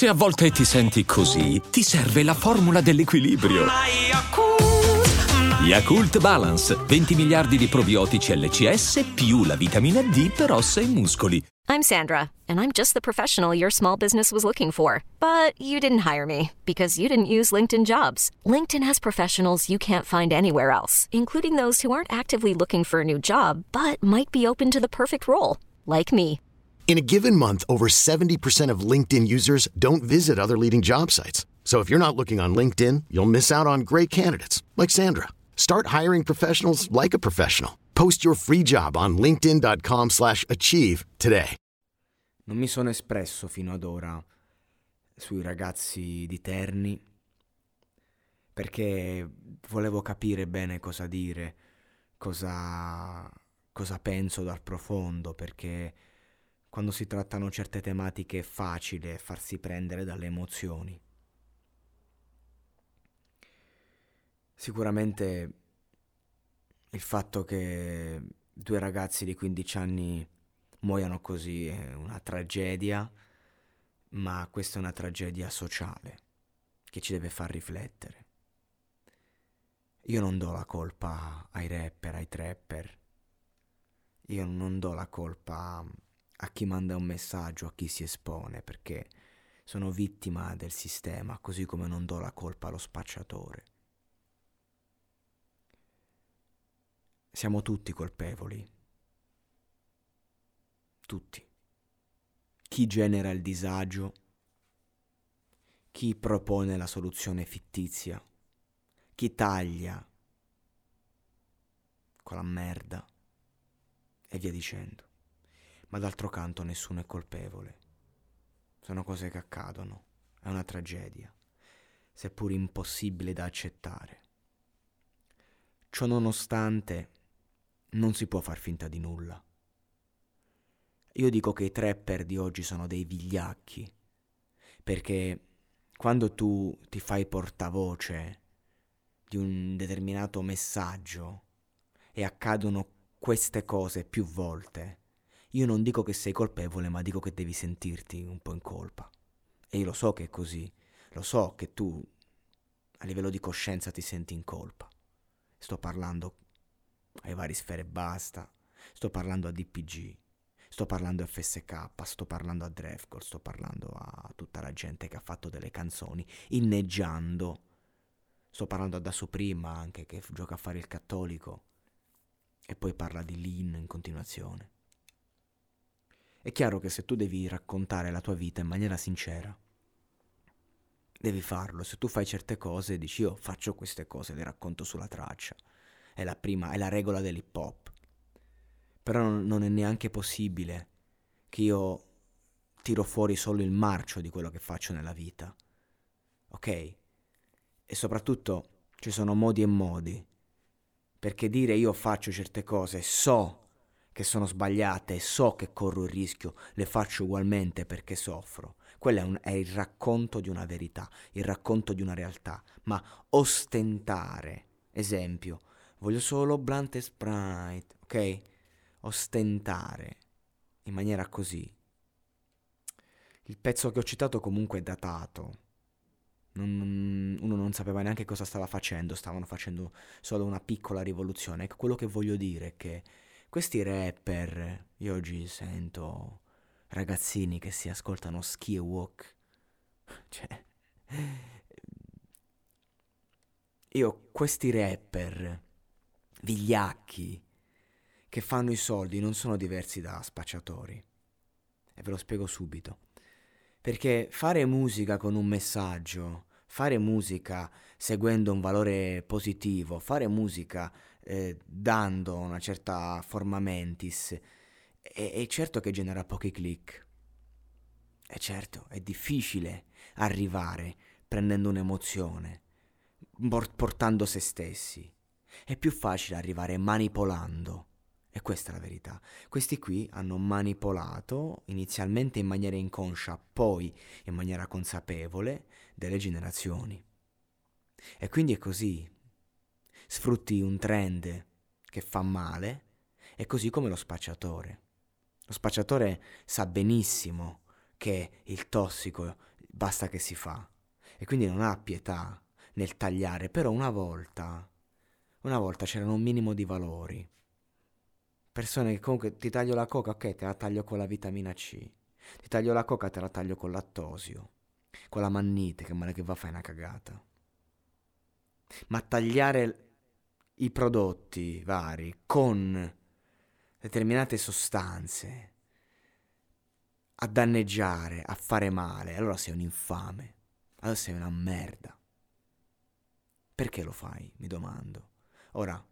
Se a volte ti senti così, ti serve la formula dell'equilibrio. Yakult Balance, 20 miliardi di probiotici LCS più la vitamina D per ossa e muscoli. I'm Sandra, and I'm just the professional your small business was looking for. But you didn't hire me because you didn't use LinkedIn Jobs. LinkedIn has professionals you can't find anywhere else, including those who aren't actively looking for a new job, but might be open to the perfect role, like me. In a given month, over 70% of LinkedIn users don't visit other leading job sites. So if you're not looking on LinkedIn, you'll miss out on great candidates like Sandra. Start hiring professionals like a professional. Post your free job on linkedin.com/achieve today. Non mi sono espresso fino ad ora sui ragazzi di Terni perché volevo capire bene cosa dire, cosa penso dal profondo, perché quando si trattano certe tematiche è facile farsi prendere dalle emozioni. Sicuramente il fatto che 2 ragazzi di 15 anni muoiano così è una tragedia, ma questa è una tragedia sociale che ci deve far riflettere. Io non do la colpa ai rapper, ai trapper. Io non do la colpa a chi manda un messaggio, a chi si espone, perché sono vittima del sistema, così come non do la colpa allo spacciatore. Siamo tutti colpevoli. Tutti. Chi genera il disagio, chi propone la soluzione fittizia, chi taglia con la merda e via dicendo. Ma d'altro canto nessuno è colpevole. Sono cose che accadono. È una tragedia, seppur impossibile da accettare. Ciò nonostante, non si può far finta di nulla. Io dico che i trapper di oggi sono dei vigliacchi, perché quando tu ti fai portavoce di un determinato messaggio e accadono queste cose più volte, io non dico che sei colpevole, ma dico che devi sentirti un po' in colpa. E io lo so che è così, lo so che tu a livello di coscienza ti senti in colpa. Sto parlando ai vari Sfere Basta, sto parlando a DPG, sto parlando a FSK, sto parlando a Drefcore, sto parlando a tutta la gente che ha fatto delle canzoni inneggiando, sto parlando a Da Suprema anche, che gioca a fare il cattolico e poi parla di Lean in continuazione. È chiaro che se tu devi raccontare la tua vita in maniera sincera, devi farlo. Se tu fai certe cose, dici io faccio queste cose, le racconto sulla traccia. È la regola dell'hip hop. Però non è neanche possibile che io tiro fuori solo il marcio di quello che faccio nella vita. Ok? E soprattutto ci sono modi e modi. Perché dire io faccio certe cose, so che sono sbagliate, so che corro il rischio, le faccio ugualmente perché soffro. Quello è il racconto di una verità, il racconto di una realtà. Ma ostentare, esempio, voglio solo blunt e Sprite, ok? Ostentare in maniera così. Il pezzo che ho citato comunque è datato. Uno non sapeva neanche cosa stava facendo, stavano facendo solo una piccola rivoluzione. Ecco, quello che voglio dire è che questi rapper, io oggi sento ragazzini che si ascoltano Ski e Walk, cioè, questi rapper vigliacchi che fanno i soldi non sono diversi da spacciatori, e ve lo spiego subito. Perché fare musica con un messaggio, fare musica seguendo un valore positivo, fare musica dando una certa forma mentis, è certo che genera pochi click. È certo, è difficile arrivare prendendo un'emozione, portando se stessi. È più facile arrivare manipolando. E questa è la verità. Questi qui hanno manipolato inizialmente in maniera inconscia, poi in maniera consapevole, delle generazioni. E quindi è così. Sfrutti un trend che fa male, è così come lo spacciatore. Lo spacciatore sa benissimo che il tossico, basta che si fa. E quindi non ha pietà nel tagliare. Però una volta c'erano un minimo di valori. Persone che comunque ti taglio la coca, ok, te la taglio con la vitamina C. Ti taglio la coca, te la taglio con lattosio. Con la mannite, che male che va, fai una cagata. Ma tagliare i prodotti vari con determinate sostanze a danneggiare, a fare male, allora sei un infame, allora sei una merda. Perché lo fai? Mi domando. Ora,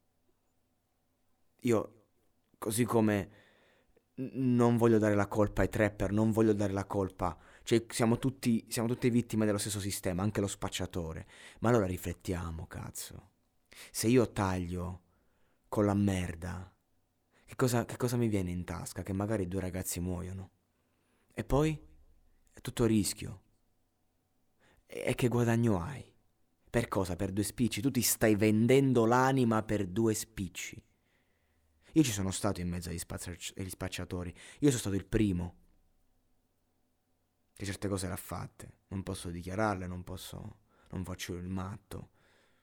io, così come non voglio dare la colpa ai trapper, non voglio dare la colpa, cioè siamo tutte vittime dello stesso sistema, anche lo spacciatore. Ma allora riflettiamo, cazzo. Se io taglio con la merda, che cosa mi viene in tasca? Che magari 2 ragazzi muoiono. E poi è tutto rischio. E che guadagno hai? Per cosa? Per 2 spicci? Tu ti stai vendendo l'anima per 2 spicci. Io ci sono stato in mezzo agli spacciatori. Io sono stato il primo che certe cose l'ha fatte. Non posso dichiararle, non faccio il matto.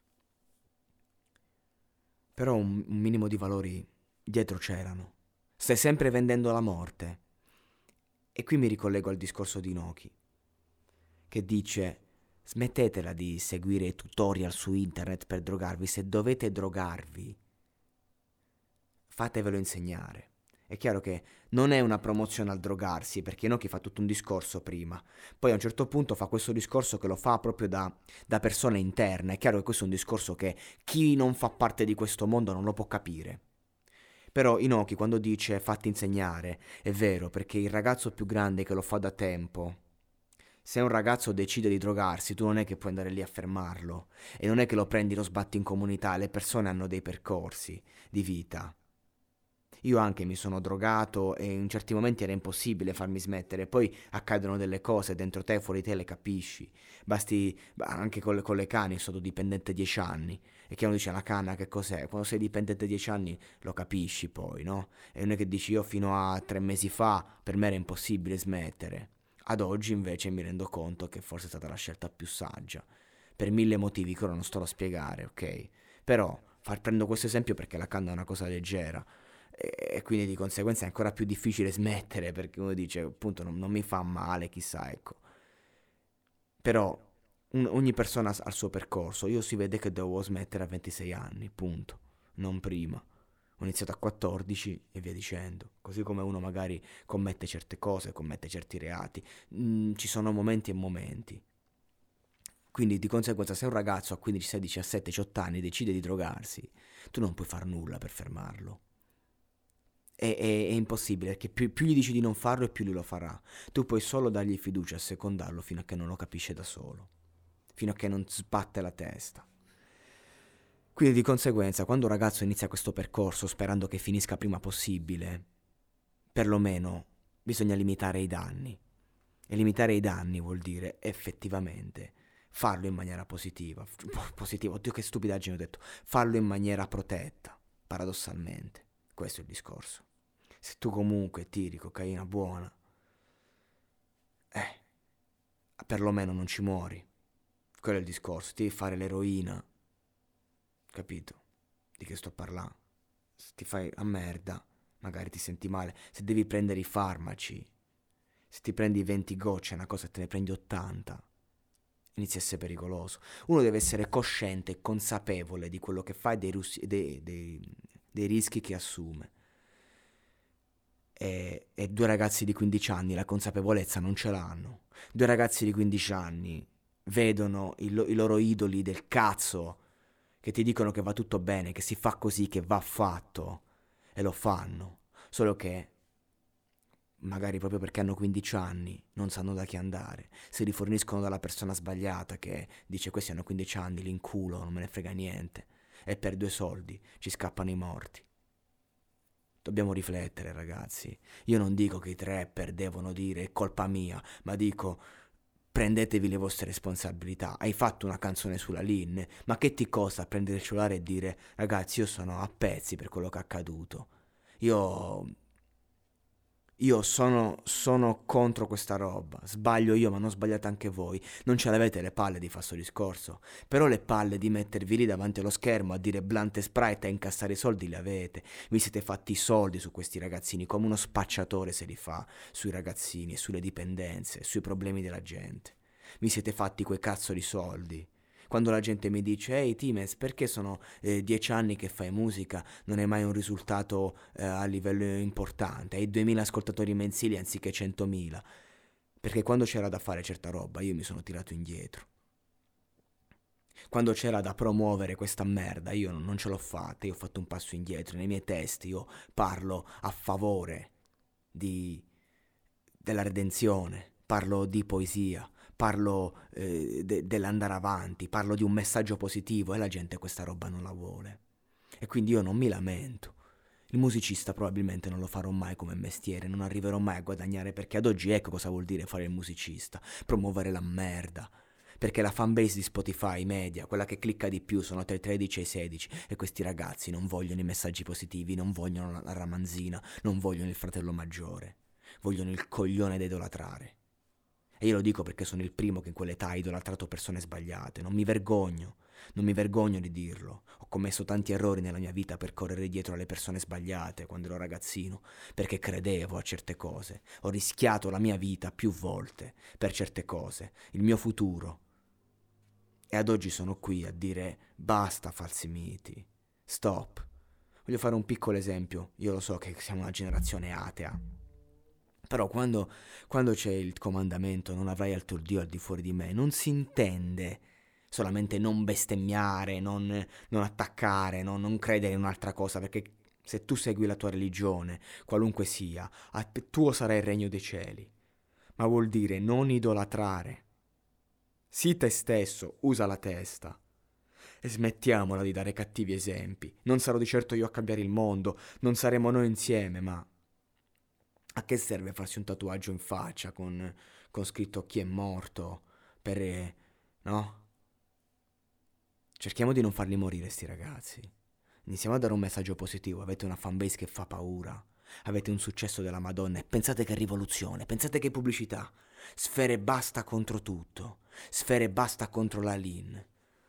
Però un minimo di valori dietro c'erano. Stai sempre vendendo la morte. E qui mi ricollego al discorso di Inoki, che dice: smettetela di seguire tutorial su internet per drogarvi. Se dovete drogarvi, fatevelo insegnare. È chiaro che non è una promozione al drogarsi, perché Inoki fa tutto un discorso prima. Poi a un certo punto fa questo discorso che lo fa proprio da persona interna. È chiaro che questo è un discorso che chi non fa parte di questo mondo non lo può capire. Però Inoki quando dice fatti insegnare, è vero, perché il ragazzo più grande che lo fa da tempo, se un ragazzo decide di drogarsi, tu non è che puoi andare lì a fermarlo, e non è che lo prendi, lo sbatti in comunità, le persone hanno dei percorsi di vita. Io anche mi sono drogato e in certi momenti era impossibile farmi smettere, poi accadono delle cose dentro te, fuori te le capisci. Basti, anche con le canne, sono dipendente 10 anni, e che uno dice la canna che cos'è? Quando sei dipendente 10 anni lo capisci poi, no? E non è che dici io fino a 3 mesi fa per me era impossibile smettere. Ad oggi invece mi rendo conto che forse è stata la scelta più saggia, per 1000 motivi che ora non sto a spiegare, ok? Però prendo questo esempio perché la canna è una cosa leggera, e quindi di conseguenza è ancora più difficile smettere, perché uno dice appunto non mi fa male, chissà, ecco. Però ogni persona ha il suo percorso. Io si vede che dovevo smettere a 26 anni, punto, non prima. Ho iniziato a 14 e via dicendo. Così come uno magari commette certe cose, commette certi reati. Ci sono momenti e momenti. Quindi di conseguenza se un ragazzo a 15, 16, 17, 18 anni decide di drogarsi, tu non puoi far nulla per fermarlo. È impossibile, perché più gli dici di non farlo e più lui lo farà. Tu puoi solo dargli fiducia e secondarlo fino a che non lo capisce da solo, fino a che non sbatte la testa. Quindi di conseguenza quando un ragazzo inizia questo percorso sperando che finisca prima possibile, perlomeno bisogna limitare i danni. E limitare i danni vuol dire effettivamente farlo in maniera positiva. Oddio che stupidaggine ho detto. Farlo in maniera protetta, paradossalmente. Questo è il discorso. Se tu comunque tiri cocaina buona, perlomeno non ci muori. Quello è il discorso. Ti devi fare l'eroina, capito? Di che sto parlando? Se ti fai a merda, magari ti senti male. Se devi prendere i farmaci, se ti prendi 20 gocce è una cosa, e te ne prendi 80, inizia a essere pericoloso. Uno deve essere cosciente e consapevole di quello che fa e dei rischi che assume. E 2 ragazzi di 15 anni la consapevolezza non ce l'hanno. 2 ragazzi di 15 anni vedono i loro idoli del cazzo che ti dicono che va tutto bene, che si fa così, che va fatto, e lo fanno. Solo che magari proprio perché hanno 15 anni non sanno da chi andare, si riforniscono dalla persona sbagliata che dice questi hanno 15 anni, li inculo, non me ne frega niente, e per 2 soldi ci scappano i morti. Dobbiamo riflettere, ragazzi. Io non dico che i trapper devono dire è colpa mia, ma dico prendetevi le vostre responsabilità. Hai fatto una canzone sulla Lin, ma che ti costa prendere il cellulare e dire ragazzi io sono a pezzi per quello che è accaduto. Io Io sono contro questa roba. Sbaglio io, ma non sbagliate anche voi. Non ce l'avete le palle di fare sto discorso. Però le palle di mettervi lì davanti allo schermo a dire Blunt e Sprite e incassare i soldi le avete. Vi siete fatti i soldi su questi ragazzini, come uno spacciatore se li fa sui ragazzini e sulle dipendenze, sui problemi della gente. Vi siete fatti quei cazzo di soldi. Quando la gente mi dice ehi Times, perché sono 10 anni che fai musica, non hai mai un risultato a livello importante, hai 2000 ascoltatori mensili anziché 100.000, perché quando c'era da fare certa roba io mi sono tirato indietro. Quando c'era da promuovere questa merda io non ce l'ho fatta, io ho fatto un passo indietro. Nei miei testi io parlo a favore della redenzione, parlo di poesia, parlo dell'andare avanti, parlo di un messaggio positivo e la gente questa roba non la vuole. E quindi io non mi lamento. Il musicista probabilmente non lo farò mai come mestiere, non arriverò mai a guadagnare, perché ad oggi ecco cosa vuol dire fare il musicista, promuovere la merda. Perché la fanbase di Spotify media, quella che clicca di più, sono tra i 13 e i 16 e questi ragazzi non vogliono i messaggi positivi, non vogliono la ramanzina, non vogliono il fratello maggiore, vogliono il coglione da idolatrare. E io lo dico perché sono il primo che in quell'età ha idolatrato persone sbagliate. Non mi vergogno di dirlo. Ho commesso tanti errori nella mia vita per correre dietro alle persone sbagliate quando ero ragazzino, perché credevo a certe cose. Ho rischiato la mia vita più volte per certe cose, il mio futuro. E ad oggi sono qui a dire basta falsi miti, stop. Voglio fare un piccolo esempio. Io lo so che siamo una generazione atea, però quando c'è il comandamento non avrai altro Dio al di fuori di me, non si intende solamente non bestemmiare, non attaccare, non credere in un'altra cosa, perché se tu segui la tua religione, qualunque sia, tuo sarà il regno dei cieli. Ma vuol dire non idolatrare. Sii te stesso, usa la testa. E smettiamola di dare cattivi esempi. Non sarò di certo io a cambiare il mondo, non saremo noi insieme, ma a che serve farsi un tatuaggio in faccia con scritto chi è morto per... no? Cerchiamo di non farli morire sti ragazzi. Iniziamo a dare un messaggio positivo. Avete una fanbase che fa paura, avete un successo della Madonna e pensate che rivoluzione, pensate che pubblicità. Sfere basta contro tutto, Sfere basta contro la Lean,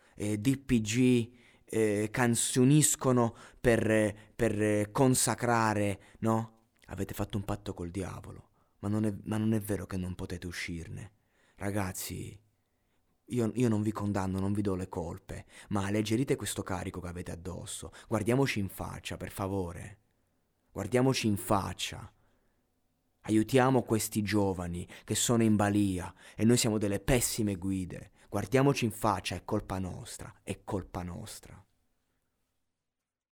DPG canzoniscono per consacrare, no? Avete fatto un patto col diavolo, ma non è vero che non potete uscirne. Ragazzi, io non vi condanno, non vi do le colpe, ma alleggerite questo carico che avete addosso. Guardiamoci in faccia, per favore. Guardiamoci in faccia. Aiutiamo questi giovani che sono in balia e noi siamo delle pessime guide. Guardiamoci in faccia, è colpa nostra, è colpa nostra.